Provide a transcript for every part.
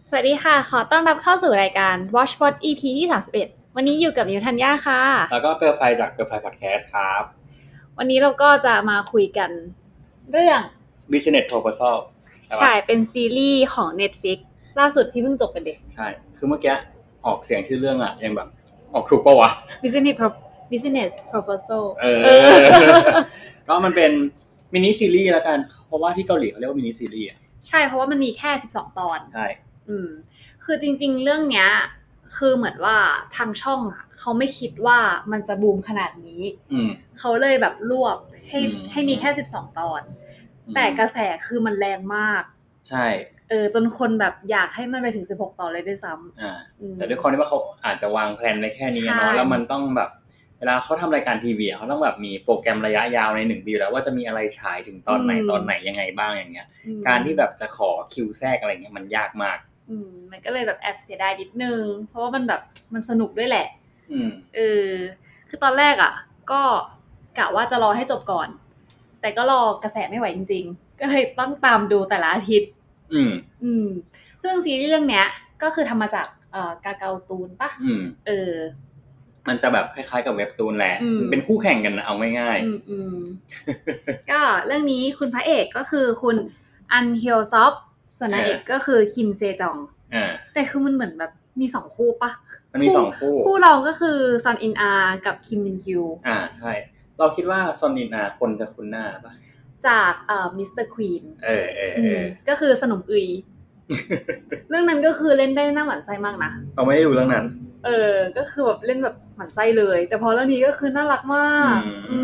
สวัสดีค่ะขอต้อนรับเข้าสู่รายการ Watch What EP ที่31วันนี้อยู่กับมิวทัญญาค่ะแล้วก็เปลวไฟจากเปลวไฟพอดแคสต์ครับวันนี้เราก็จะมาคุยกันเรื่อง Business Proposal ใช่เป็นซีรีส์ของ Netflix ล่าสุดที่เพิ่งจบไปเด็กใช่คือเมื่อกี้ออกเสียงชื่อเรื่องอะยังแบบออกถูกปะวะ Business Proposal ก็มันเป็นมินิซีรีส์แล้วกันเพราะว่าที่เกาหลีเขาเรียกว่ามินิซีรีส์ใช่เพราะว่ามันมีแค่12ตอนใช่คือจริงๆเรื่องเนี้ยคือเหมือนว่าทางช่องอ่ะเขาไม่คิดว่ามันจะบูมขนาดนี้เขาเลยแบบรวบให้มีแค่12ตอนแต่กระแสคือมันแรงมากใช่จนคนแบบอยากให้มันไปถึง16ตอนเลยด้วยซ้ำแต่ด้วยความที่ว่าเขาอาจจะวางแผนไว้แค่นี้เนาะแล้วมันต้องแบบเวลาเขาทำรายการทีวีเขาต้องแบบมีโปรแกรมระยะยาวใน1ปีแล้วว่าจะมีอะไรฉายถึงตอนไหนยังไงบ้างอย่างเงี้ยการที่แบบจะขอคิวแทรกอะไรเงี้ยมันยากมากมันก็เลยแบบแอบเสียดายนิดนึงเพราะว่ามันแบบมันสนุกด้วยแหละคือตอนแรกอ่ะก็กะว่าจะรอให้จบก่อนแต่ก็รอกระแสไม่ไหวจริงๆก็เลยต้องตามดูแต่ละอาทิตย์ซึ่งซีรีส์เรื่องเนี้ยก็คือทำมาจากกาเกาตูนปะมันจะแบบคล้ายๆกับเว็บตูนแหละเป็นคู่แข่งกันเอาง่ายๆก็เรื่องนี้คุณพระเอกก็คือคุณอันเฮียวซอฟส่วนนางเอกก็คือคิมเซจองแต่คือมันเหมือนแบบมี2คู่ปะมันมี2คู่รองก็คือซอนอินอากับคิมมินคิวใช่เราคิดว่าซอนอินอาคนจะคุ้นหน้าปะจากมิสเตอร์ควีนก็คือสนมอึยเรื่องนั้นก็คือเล่นได้น่าหมั่นไส้มากนะเราไม่ได้ดูเรื่องนั้นก็คือแบบเล่นแบบหมั่นไส้เลยแต่พอเรื่องนี้ก็คือน่ารักมาก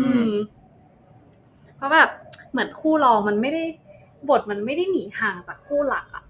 เพราะแบบเหมือนคู่รองมันไม่ได้บทมันไม่ได้หนีห่างจากคู่หลักอ่ะ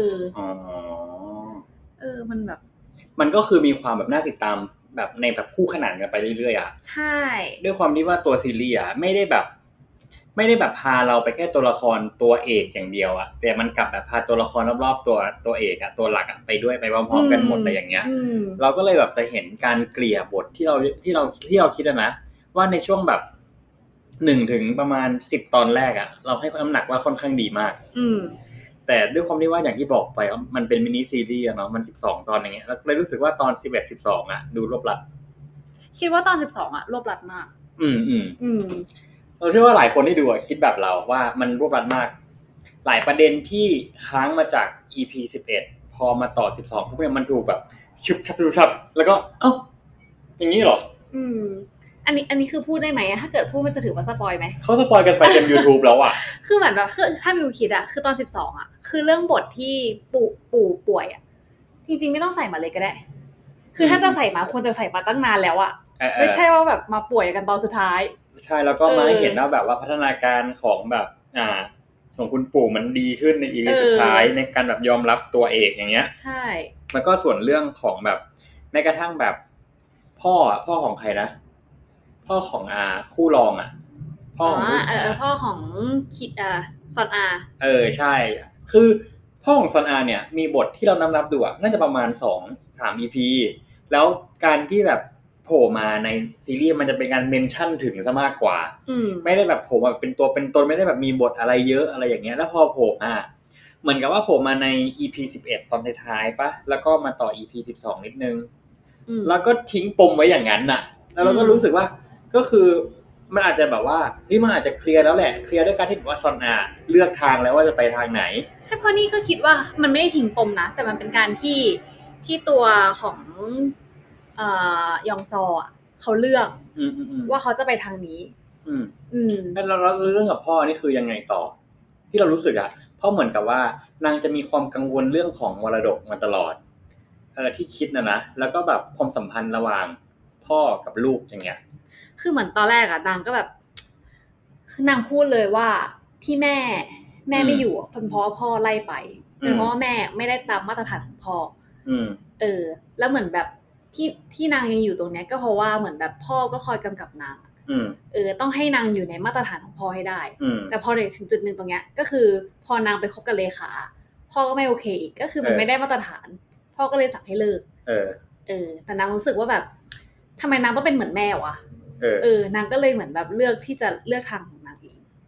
มันแบบมันก็คือมีความแบบน่าติดตามแบบในแบบคู่ขนานกันไปเรื่อยๆอ่ะใช่ด้วยความที่ว่าตัวซีรีส์อ่ะไม่ได้แบบพาเราไปแค่ตัวละครตัวเอกอย่างเดียวอ่ะแต่มันกลับแบบพาตัวละครรอบๆตัวเอกอ่ะตัวหลักอ่ะไปด้วยไปพร้อมๆกันหมดอะไรอย่างเงี้ยเราก็เลยแบบจะเห็นการเกลี่ยบทที่เราคิดนะว่าในช่วงแบบ1ถึงประมาณ10ตอนแรกอ่ะเราให้น้ำหนักว่าค่อนข้างดีมากแต่ด้วยความที่ว่าอย่างที่บอกไปว่ามันเป็นมินิซีรีส์เนาะมัน12ตอนอย่างเงี้ยแล้วเลยรู้สึกว่าตอน11 12อ่ะดูรวบรัดคิดว่าตอน12อ่ะรวบรัดมากเราเชื่อว่าหลายคนที่ดูอ่ะคิดแบบเราว่ามันรวบรัดมากหลายประเด็นที่ค้างมาจาก EP 11พอมาต่อ12พวกเนี่ยมันถูกแบบชุบชับแล้วก็เอ้าอย่างนี้เหรออันนี้คือพูดได้ไหมถ้าเกิดพูดมันจะถือว่าสปอยไหมเขาสปอยกันไปเต็ม YouTube แล้วอ่ะคือเหมือนแบบถ้ามิวคิดอ่ะคือตอน12อ่ะคือเรื่องบทที่ปู่ป่วยอ่ะจริงๆไม่ต้องใส่มาเลยก็ได้คือถ้าจะใส่มาควรจะใส่มาตั้งนานแล้วอ่ะไม่ใช่ว่าแบบมาป่วยกันตอนสุดท้ายใช่แล้วก็มาเห็นว่าแบบว่าพัฒนาการของแบบของคุณปู่มันดีขึ้นใน EP สุดท้ายในการแบบยอมรับตัวเอกอย่างเงี้ยใช่แล้วก็ส่วนเรื่องของแบบแม้กระทั่งแบบพ่อของใครนะพ่อของคู่รองพ่อของซอนใช่คือพ่อของซอนเนี่ยมีบทที่เรานับดูน่าจะประมาณ 2-3 EP แล้วการที่แบบโผล่มาในซีรีส์มันจะเป็นการเมนชั่นถึงซะมากกว่าไม่ได้แบบโผล่มาเป็นตัวเป็นตนไม่ได้แบบมีบทอะไรเยอะอะไรอย่างเงี้ยแล้วพอโผล่มาเหมือนกับว่าโผล่มาใน EP 11ตอนท้ายๆปะแล้วก็มาต่อ EP 12นิดนึงแล้วก็ทิ้งปมไว้อย่างนั้นน่ะแล้วเราก็รู้สึกว่าก็คือมันอาจจะแบบว่ามันอาจจะเคลียร์แล้วแหละเคลียร์ด้วยการที่แบบว่าซอนเลือกทางแล้วว่าจะไปทางไหนใช่เพราะนี่ก็คิดว่ามันไม่ได้ทิ้งปมนะแต่มันเป็นการที่ตัวของยองซอเขาเลือกว่าเขาจะไปทางนี้แล้วเรื่องกับพ่อนี่คือยังไงต่อที่เรารู้สึกเพราะเหมือนกับว่านางจะมีความกังวลเรื่องของมรดกมาตลอดที่คิดนะแล้วก็แบบความสัมพันธ์ระหว่างพ่อกับลูกอย่างเงี้ยคือเหมือนตอนแรกนางก็แบบนางพูดเลยว่าที่แม่ไม่อยู่เป็นเพราะพ่อไล่ไปเป็นเพราะว่าแม่ไม่ได้ตามมาตรฐานของพ่อแล้วเหมือนแบบที่นางยังอยู่ตรงนี้ก็เพราะว่าเหมือนแบบพ่อก็คอยกำกับนางต้องให้นางอยู่ในมาตรฐานของพ่อให้ได้แต่พอถึงจุดนึงตรงเนี้ยก็คือพอนางไปคบกับเลขาพ่อก็ไม่โอเคอีกก็คือมันไม่ได้มาตรฐานพ่อก็เลยสั่งให้เลิกแต่นางรู้สึกว่าแบบทำไมนางต้องเป็นเหมือนแม่วะนางก็เลยเหมือนแบบเลือกที่จะเลือกทางของนางเอง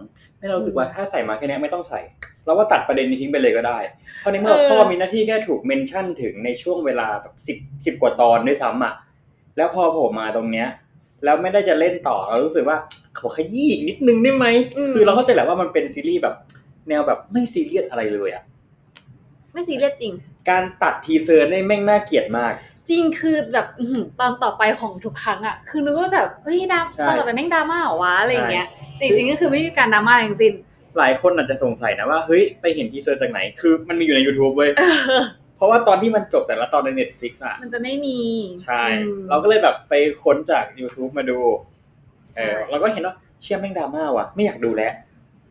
ไม่เรารู้สึกว่าถ้าใส่มาแค่นี้ไม่ต้องใส่เราว่าตัดประเด็นนี้ทิ้งไปเลยก็ได้เพราะในเมื่อพ่อมีหน้าที่แค่ถูกเมนชั่นถึงในช่วงเวลาแบบ10กว่าตอนด้วยซ้ำอ่ะแล้วพอโผล่มาตรงเนี้ยแล้วไม่ได้จะเล่นต่อเรารู้สึกว่าขอขยี้อีกนิดนึงได้ไหมคือเราเข้าใจแหละว่ามันเป็นซีรีส์แบบแนวแบบไม่ซีเรียสอะไรเลยอ่ะไม่ซีเรียสจริงการตัดทีเซอร์นี่แม่งน่าเกลียดมากจริงคือแบบตอนต่อไปของทุกครั้งอ่ะคือนึกว่าแบบเฮ้ยตอนต่อไปแม่งดราม่าเหรอวะอะไรอย่างเงี้ยแต่จริงๆก็คือไม่มีการดราม่าทั้งสิ้นหลายคนอาจจะสงสัยนะว่าเฮ้ยไปเห็นทีเซอร์จากไหนคือมันมีอยู่ใน YouTube เว้ยเพราะว่าตอนที่มันจบแต่ละตอนใน Netflix อ่ะมันจะไม่มีใช่เราก็เลยแบบไปค้นจาก YouTube มาดูเราก็เห็นว่าเชี่ยแม่งดราม่าว่ะไม่อยากดูแล้ว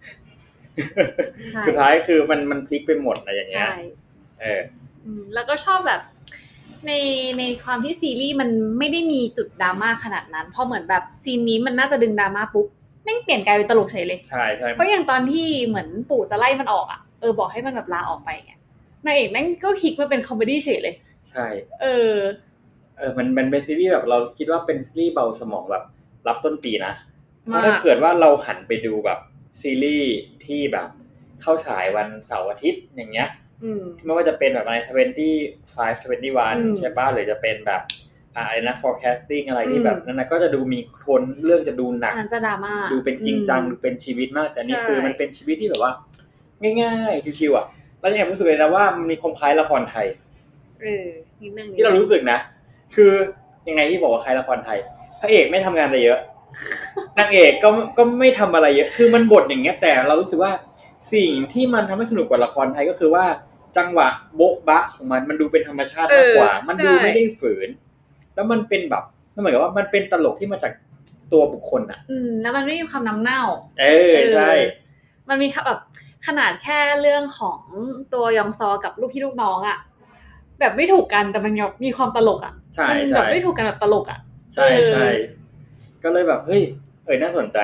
สุดท้ายคือมันพลิกไปหมดอะไรอย่างเงี้ยแล้วก็ชอบแบบในความที่ซีรีส์มันไม่ได้มีจุดดราม่าขนาดนั้นพอเหมือนแบบซีนนี้มันน่าจะดึงดราม่าปุ๊บแม่งเปลี่ยนกลายเป็นตลกเฉยเลยใช่ใช่เพราะอย่างตอนที่เหมือนปู่จะไล่มันออกอ่ะบอกให้มันแบบลาออกไปไงนางเอกแม่งก็พลิกมาเป็นคอมเมดี้เฉยเลยใช่มันเป็นซีรีส์แบบเราคิดว่าเป็นซีรีส์เบาสมองแบบรับต้นปีนะเพราะถ้าเกิดว่าเราหันไปดูแบบซีรีส์ที่แบบเข้าฉายวันเสาร์อาทิตย์อย่างเงี้ยไม่ว่าจะเป็นแบบอะไร25 21ใช่ป่ะหรือจะเป็นแบบอะไรนะ forecasting อะไรที่แบบนั้นนะก็จะดูมีคนเรื่องจะดูหนักจะดราม่าดูเป็นจริงจังดูเป็นชีวิตมากแต่นี่คือมันเป็นชีวิตที่แบบว่าง่ายๆชิวๆอ่ะแล้วแอบรู้สึกเลยนะว่ามันมีความคล้ายละครไทยนิดนึงที่เรารู้สึกนะคือยังไงที่บอกว่าคล้ายละครไทยพระเอกไม่ทำงานอะไรเยอะนางเอกก็ไม่ทำอะไรเยอะคือมันบทอย่างเงี้ยแต่เรารู้สึกว่าสิ่งที่มันทำให้สนุกกว่าละครไทยก็คือว่าจังหวะโบ๊ะบะของมันดูเป็นธรรมชาติมากกว่ามันดูไม่ได้ฝืนแล้วมันเป็นแบบเหมือนกับว่ามันเป็นตลกที่มาจากตัวบุคคลอ่ะแล้วมันไม่มีความน้ำเน่าใช่มันมีแบบขนาดแค่เรื่องของตัวยองซอกับลูกพี่ลูกน้องอ่ะแบบไม่ถูกกันแต่มันมีความตลกอ่ะมันแบบไม่ถูกกันแบบตลกอ่ะใช่ใช่ก็เลยแบบเฮ้ยน่าสนใจ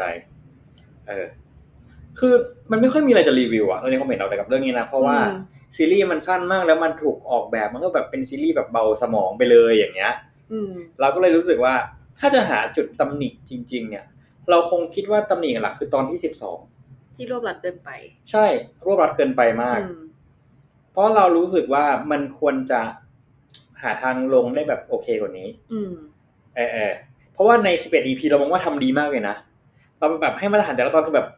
คือมันไม่ค่อยมีอะไรจะรีวิวอะเราในคอมเมนต์เราแต่กับเรื่องนี้นะเพราะว่าซีรีส์มันสั้นมากแล้วมันถูกออกแบบมันก็แบบเป็นซีรีส์แบบเบาสมองไปเลยอย่างเงี้ยเราก็เลยรู้สึกว่าถ้าจะหาจุดตำหนิจริงๆเนี่ยเราคงคิดว่าตำหนิหลักคือตอนที่12 ที่รวบรัดเกินไปใช่รวบรัดเกินไปมากเพราะเรารู้สึกว่ามันควรจะหาทางลงได้แบบโอเคกว่านี้เพราะว่าใน11 EP เรามองว่าทำดีมากเลยนะเราแบบให้มาตรฐานแต่ละตอนคือแบบ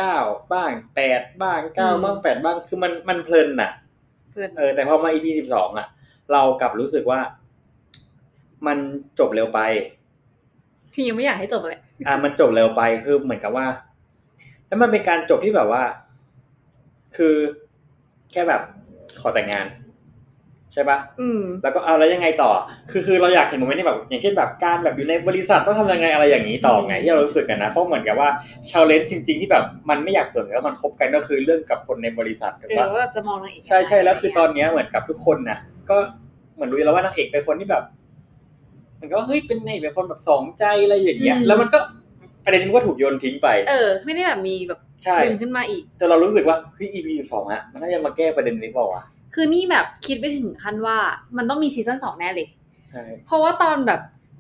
9บ้าง8บ้าง9บ้าง8บ้างคือมันเพลินน่ะแต่พอมา EP 12อ่ะเรากลับรู้สึกว่ามันจบเร็วไปคือยังไม่อยากให้จบเลยมันจบเร็วไปคือเหมือนกับว่าแล้วมันเป็นการจบที่แบบว่าคือแค่แบบขอแต่งงานใช่ปะแล้วก็เอาแล้วยังไงต่อคือเราอยากเห็นโมเมนต์ที่แบบอย่างเช่นแบบการแบบอยู่ในบริษัทต้องทำยังไงอะไรอย่างนี้ต่อไงที่เรารู้สึกกันนะเพราะเหมือนกับว่าชาเลนจ์จริงๆที่แบบมันไม่อยากเปิดแล้วมันคบกันก็คือเรื่องกับคนในบริษัทถูกปะว่าจะมองนางเอกใช่แล้วคือตอนนี้เหมือนกับทุกคนน่ะก็เหมือนรู้แล้วว่านางเอกเป็นคนที่แบบมันก็เฮ้ยเป็นเป็นคนแบบสองใจอะไรอย่างเงี้ยแล้วมันก็ประเด็นมันก็ถูกโยนทิ้งไปไม่ได้แบบมีแบบดึงขึ้นมาอีกแต่เรารู้สึกว่าเฮ้ย EP 2อ่ะมันน่าจะมาแก้ประเด็นนี้เปล่าวะคือนี่แบบคิดไปถึงขั้นว่ามันต้องมีซีซั่น2แน่เลยใช่เพราะว่าตอนแบบ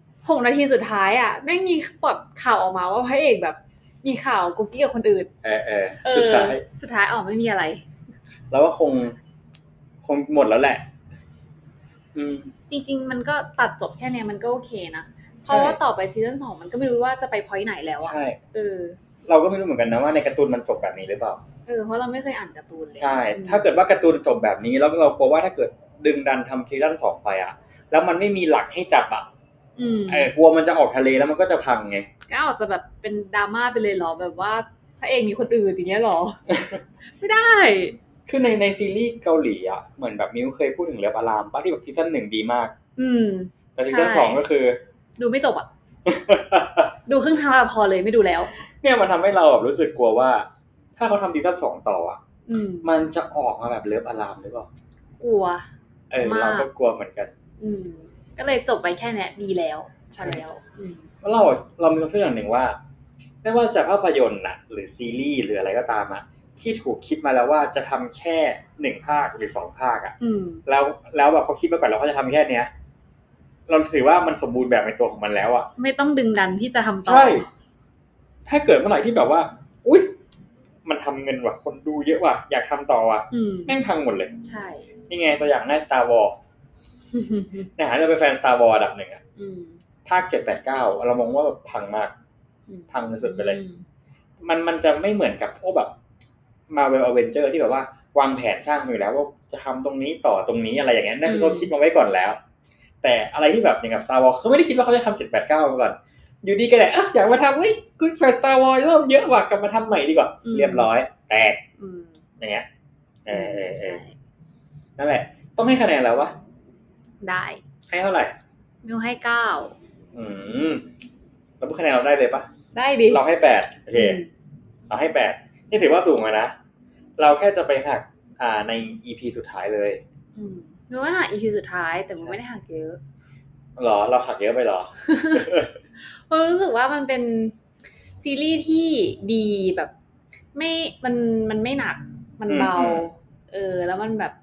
6 นาทีสุดท้ายอ่ะแม่งมีแบบข่าวออกมาว่าพระเอกแบบมีข่าวกุ๊กกี้กับคนอื่นสุดท้ายไม่มีอะไรแล้วว่าคงหมดแล้วแหละจริงๆมันก็ตัดจบแค่นี้มันก็โอเคนะเพราะว่าต่อไปซีซั่น2มันก็ไม่รู้ว่าจะไปพอยต์ไหนแล้วอ่ะใช่เราก็ไม่รู้เหมือนกันนะว่าในการ์ตูนมันจบแบบนี้หรือเปล่าเพราะเราไม่เคยอ่านการ์ตูนเลยใช่ถ้าเกิดว่าการ์ตูนจบแบบนี้แล้วเรากลัวว่าถ้าเกิดดึงดันทำซีซั่น2ไปอ่ะแล้วมันไม่มีหลักให้จับอ่ะกลัวมันจะออกทะเลแล้วมันก็จะพังไงก็อาจจะแบบเป็นดราม่าไปเลยเหรอแบบว่าพระเอกมีคนอื่นอย่างเงี้ยหรอ ไม่ได้คือในซีรีส์เกาหลีอ่ะเหมือนแบบมิ้วเคยพูดถึงเลิฟอารามป่ะที่แบบซีซั่น1ดีมากแต่ซีซั่น2ก็คือดูไม่จบอ่ะ ดูครึ่งทางแล้วพอเลยไม่ดูแล้วเนี่ยมันทำให้เราแบบรู้สึกกลัวว่าถ้าเขาทำซีซั่น2ต่ออ่ะมันจะออกมาแบบเลิฟอารามหรือเปล่ากลัวเราก็กลัวเหมือนกันก็เลยจบไปแค่นี้ดีแล้วใช่แล้วเพราะเรามีความเชื่ออย่างหนึ่งว่าไม่ว่าจะภาพยนตร์น่ะหรือซีรีส์หรืออะไรก็ตามอ่ะที่ถูกคิดมาแล้วว่าจะทำแค่1ภาคหรือ2ภาคอ่ะแล้วแบบเขาคิดมาก่อนแล้วเขาจะทำแค่เนี้ยเราถือว่ามันสมบูรณ์แบบในตัวของมันแล้วอ่ะไม่ต้องดึงดันที่จะทำต่อใช่ถ้าเกิดเมื่อไหร่ที่แบบว่าอุ๊ยทำเงินว่ะคนดูเยอะว่ะอยากทำต่อว่ะแม่งพังหมดเลยใช่นี่ไงตัวอย่างใน Star Wars นะฮะเราเป็นแฟน Star Wars อันดับหนึ่งอ่ะภาค 7-8-9 เรามองว่าแบบพังมากพังสุดไปเลยมันจะไม่เหมือนกับพวกแบบ Marvel Avenger ที่แบบว่าวางแผนสร้างมาอยู่แล้วว่าจะทำตรงนี้ต่อตรงนี้อะไรอย่างเงี้ยนั่นคือเขาคิดมาไว้ก่อนแล้วแต่อะไรที่แบบอย่างกับ Star Wars เขาไม่ได้คิดว่าเขาจะทำ 7-8-9 มาก่อนอยู่ดีก็ได้อยากมาทำกูแฟน Star Wars เริ่มเยอะว่ะกลับมาทำใหม่ดีกว่าเรียบร้อยแตกอย่างเงี้ยนั่นแหละต้องให้คะแนนแล้ววะได้ให้เท่าไหร่มิวให้9 แล้วคะแนนเราได้เลยปะได้ดิเราให้8โอเคเราให้8นี่ถือว่าสูงแล้วนะเราแค่จะไปหักใน EP สุดท้ายเลยมิวว่าหัก EP สุดท้ายแต่มันไม่ได้หักเยอะหรอเราหักเยอะไปหรอเพราะรู้สึกว่ามันเป็นซีรีส์ที่ดีแบบไม่มันไม่หนักมันเบาแล้วมันแบบ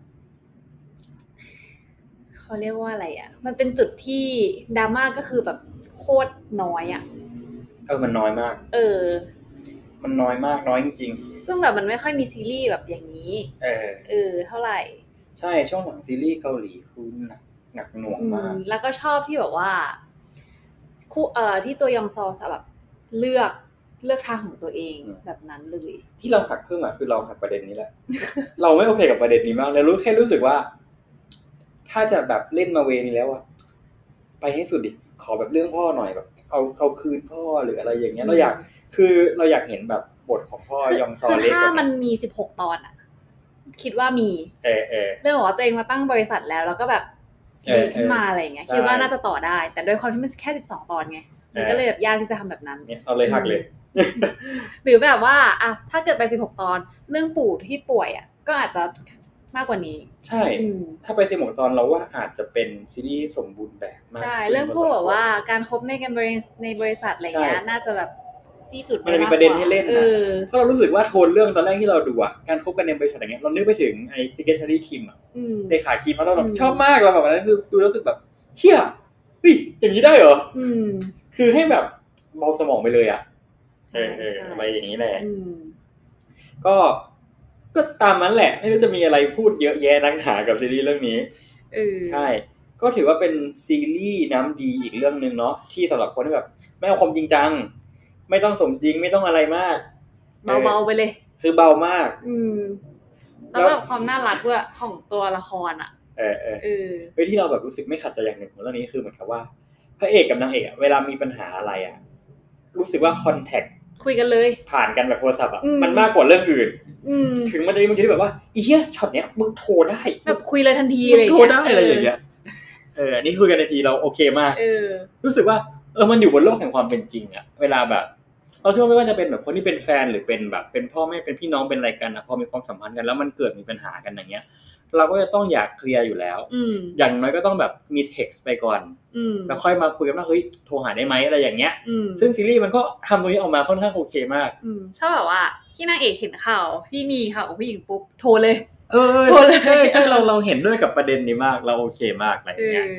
เขาเรียกว่าอะไรอ่ะมันเป็นจุดที่ดราม่าก็คือแบบโคตรน้อยอ่ะมันน้อยมากมันน้อยมากน้อยจริงๆซึ่งแบบมันไม่ค่อยมีซีรีส์แบบอย่างนี้เท่าไหร่ใช่ช่วงหลังซีรีส์เกาหลีคือหนักหน่วงมากแล้วก็ชอบที่แบบว่าคู่ที่ตัวยองซอแบบเลือกทางของตัวเองแบบนั้นเลยที่เราหักเพิ่มคือเราหักประเด็นนี้แหละ เราไม่โอเคกับประเด็นนี้มากเลยแค่รู้สึกว่าถ้าจะแบบเล่นมาเวนี้แล้วอะไปให้สุดดิขอแบบเรื่องพ่อหน่อยแบบเอาคืนพ่อหรืออะไรอย่างเงี้ยเราอยากเห็นแบบบทของพ่อยองซอเล็กถ้ามันมี16ตอนอะคิดว่ามีเรื่องของว่าตัวเองมาตั้งบริษัทแล้วก็แบบดีขึ้นมาอะไรอย่างเงี้ยคิดว่าน่าจะต่อได้แต่โดยความที่มันแค่12ตอนไงมันก็เลยแบบยากที่จะทำแบบนั้นเนี่ยเอาเลยหักเลยหรือแบบว่าถ้าเกิดไป16ตอนเรื่องปู่ที่ป่วยก็อาจจะมากกว่านี้ใช่ถ้าไป16ตอนเราว่าอาจจะเป็นซีรีส์สมบูรณ์แบบมากใช่เรื่องพวกแบบว่าการคบในบริษัทอะไรเงี้ยน่าจะแบบที่จุดมันมีประเด็นให้เล่นนะเพราะเรารู้สึกว่าโทนเรื่องตอนแรกที่เราดูการคบกันในบริษัทอย่างเงี้ยเรานึกไปถึงไอ้ Secretary Kim ในขาคิมแล้วเราแบบชอบมากเราแบบนั้นคือดูรู้สึกแบบเชี่ยอย่างนี้ได้เหรอคือให้แบบเบาสมองไปเลยอะไรอย่างนี้แหละก็ตามนั้นแหละไม่รู้จะมีอะไรพูดเยอะแยะนักหนากับซีรีส์เรื่องนี้ใช่ก็ถือว่าเป็นซีรีส์น้ำดีอีกเรื่องนึงเนาะที่สำหรับคนที่แบบไม่เอาความจริงจังไม่ต้องสมจริงไม่ต้องอะไรมากเบาๆไปเลยคือเบามากแล้วแบบความน่ารักด้วยของตัวละครที่เราแบบรู้สึกไม่ขัดใจอย่างหนึ่งของเรื่องนี้คือเหมือนกับว่าพระเอกกับนางเอกเวลามีปัญหาอะไรรู้สึกว่าคอนแทคคุยกันเลยผ่านกันแบบโทรศัพท์มันมากกว่าเรื่องอื่นถึงมันจะมีบางทีที่แบบว่าอีเหี้ยช็อตเนี้ยมึงโทรได้แบบคุยเลยทันทีเลยโทรได้อะไรอย่างเงี้ยอันนี้คุยกันในทีเราโอเคมากรู้สึกว่ามันอยู่บนโลกแห่งความเป็นจริงเวลาแบบเราเชื่อไม่ว่าจะเป็นแบบคนที่เป็นแฟนหรือเป็นแบบเป็นพ่อแม่เป็นพี่น้องเป็นอะไรกันพอมีความสัมพันธ์กันแล้วมันเกิดมีปัญหากันอย่างเงี้ยเราก็จะต้องอยากเคลียร์อยู่แล้วอย่างน้อยก็ต้องแบบมีเท็กซ์ไปก่อนแล้วค่อยมาคุยกันว่าเฮ้ยโทรหาได้ไหมอะไรอย่างเงี้ยซึ่งซีรีส์มันก็ทำตรงนี้ออกมาค่อนข้างโอเคมากชอบแบบว่าที่นางเอกเห็นข่าวที่มีข่าวของผู้หญิงปุ๊บโทรเลยใช่เราเห็นด้วยกับประเด็นนี้มากเราโอเคมากอะไรอย่างเงี้ย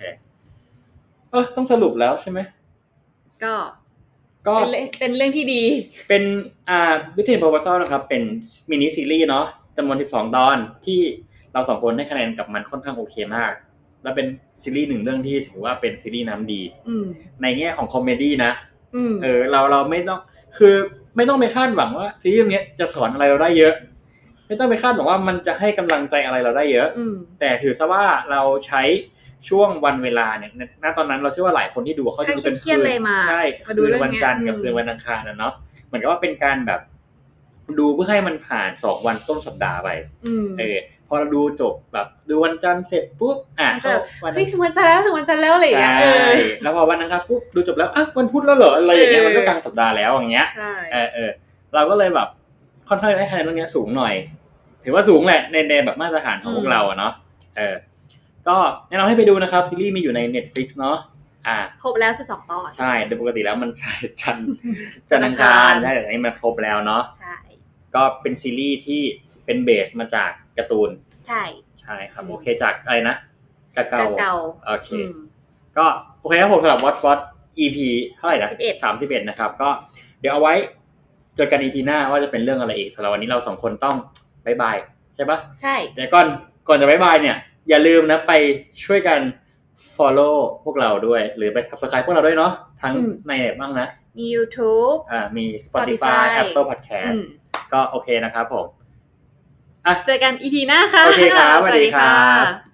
ต้องสรุปแล้วใช่ไหมก็เป็นเรื่องที่ดีเป็นWritten Proposal นะครับเป็นมินิซีรีส์เนาะจำนวน12ตอนที่เรา2คนให้คะแนนกับมันค่อนข้างโอเคมากและเป็นซีรีส์1เรื่องที่ถือว่าเป็นซีรีส์น้ำดีในแง่ของคอมเมดี้นะเราไม่ต้องคือไม่ต้องไปคาดหวังว่าซีรีส์เรื่องนี้จะสอนอะไรเราได้เยอะไม่ต้องไปคาดหวังว่ามันจะให้กำลังใจอะไรเราได้เยอะแต่ถือซะว่าเราใช้ช่วงวันเวลาเนี่ยณตอนนั้นเราเชื่อว่าหลายคนที่ดูเขาจะดูเป็นคืนใช่คืนวันจันทร์กับคืนวันอังคารเนาะเหมือนกับว่าเป็นการแบบดูเพื่อให้มันผ่าน2วันต้นสัปดาห์ไปพอเราดูจบแบบดูวันจันทร์เสร็จปุ๊บถึงวันจันทร์แล้วอะไรอย่างเงี้ยแล้วพอวันอังคารปุ๊บดูจบแล้ววันพุธแล้วเหรออะไรอย่างเงี้ยมันก็กลางสัปดาห์แล้วอย่างเงี้ยเราก็เลยแบบค่อนข้างให้คะแนนตรงนี้สูงหน่อยถือว่าสูงแหละในแบบมาตรฐานของพวกเราเนาะก็แนะนำให้ไปดูนะครับซีรีส์มีอยู่ใน Netflix เนาะครบแล้ว12ตอนใช่โดยปกติแล้วมันใช้จันทร์อังคารได้แต่นี้มันครบแล้วเนาะใช่ก็เป็นซีรีส์ที่เป็นเบสมาจากการ์ตูนใช่ครับโอเคจากอะไรนะกะเกาโอเคก็โอเคครับผมสำหรับ Watch EP เท่าไหร่นะ31นะครับก็เดี๋ยวเอาไว้เจอกัน EP หน้าว่าจะเป็นเรื่องอะไรอีกสำหรับวันนี้เรา2คนต้องบ๊ายบายใช่ปะใช่แต่ก่อนจะบ๊ายบายเนี่ยอย่าลืมนะไปช่วยกัน follow พวกเราด้วยหรือไป subscribe พวกเราด้วยเนาะทั้งในไหนบ้างนะมี YouTube มี Spotify Apple Podcast ก็โอเคนะครับผมเจอกัน EP หน้าค่ะโอเคครับสวัสดีครับ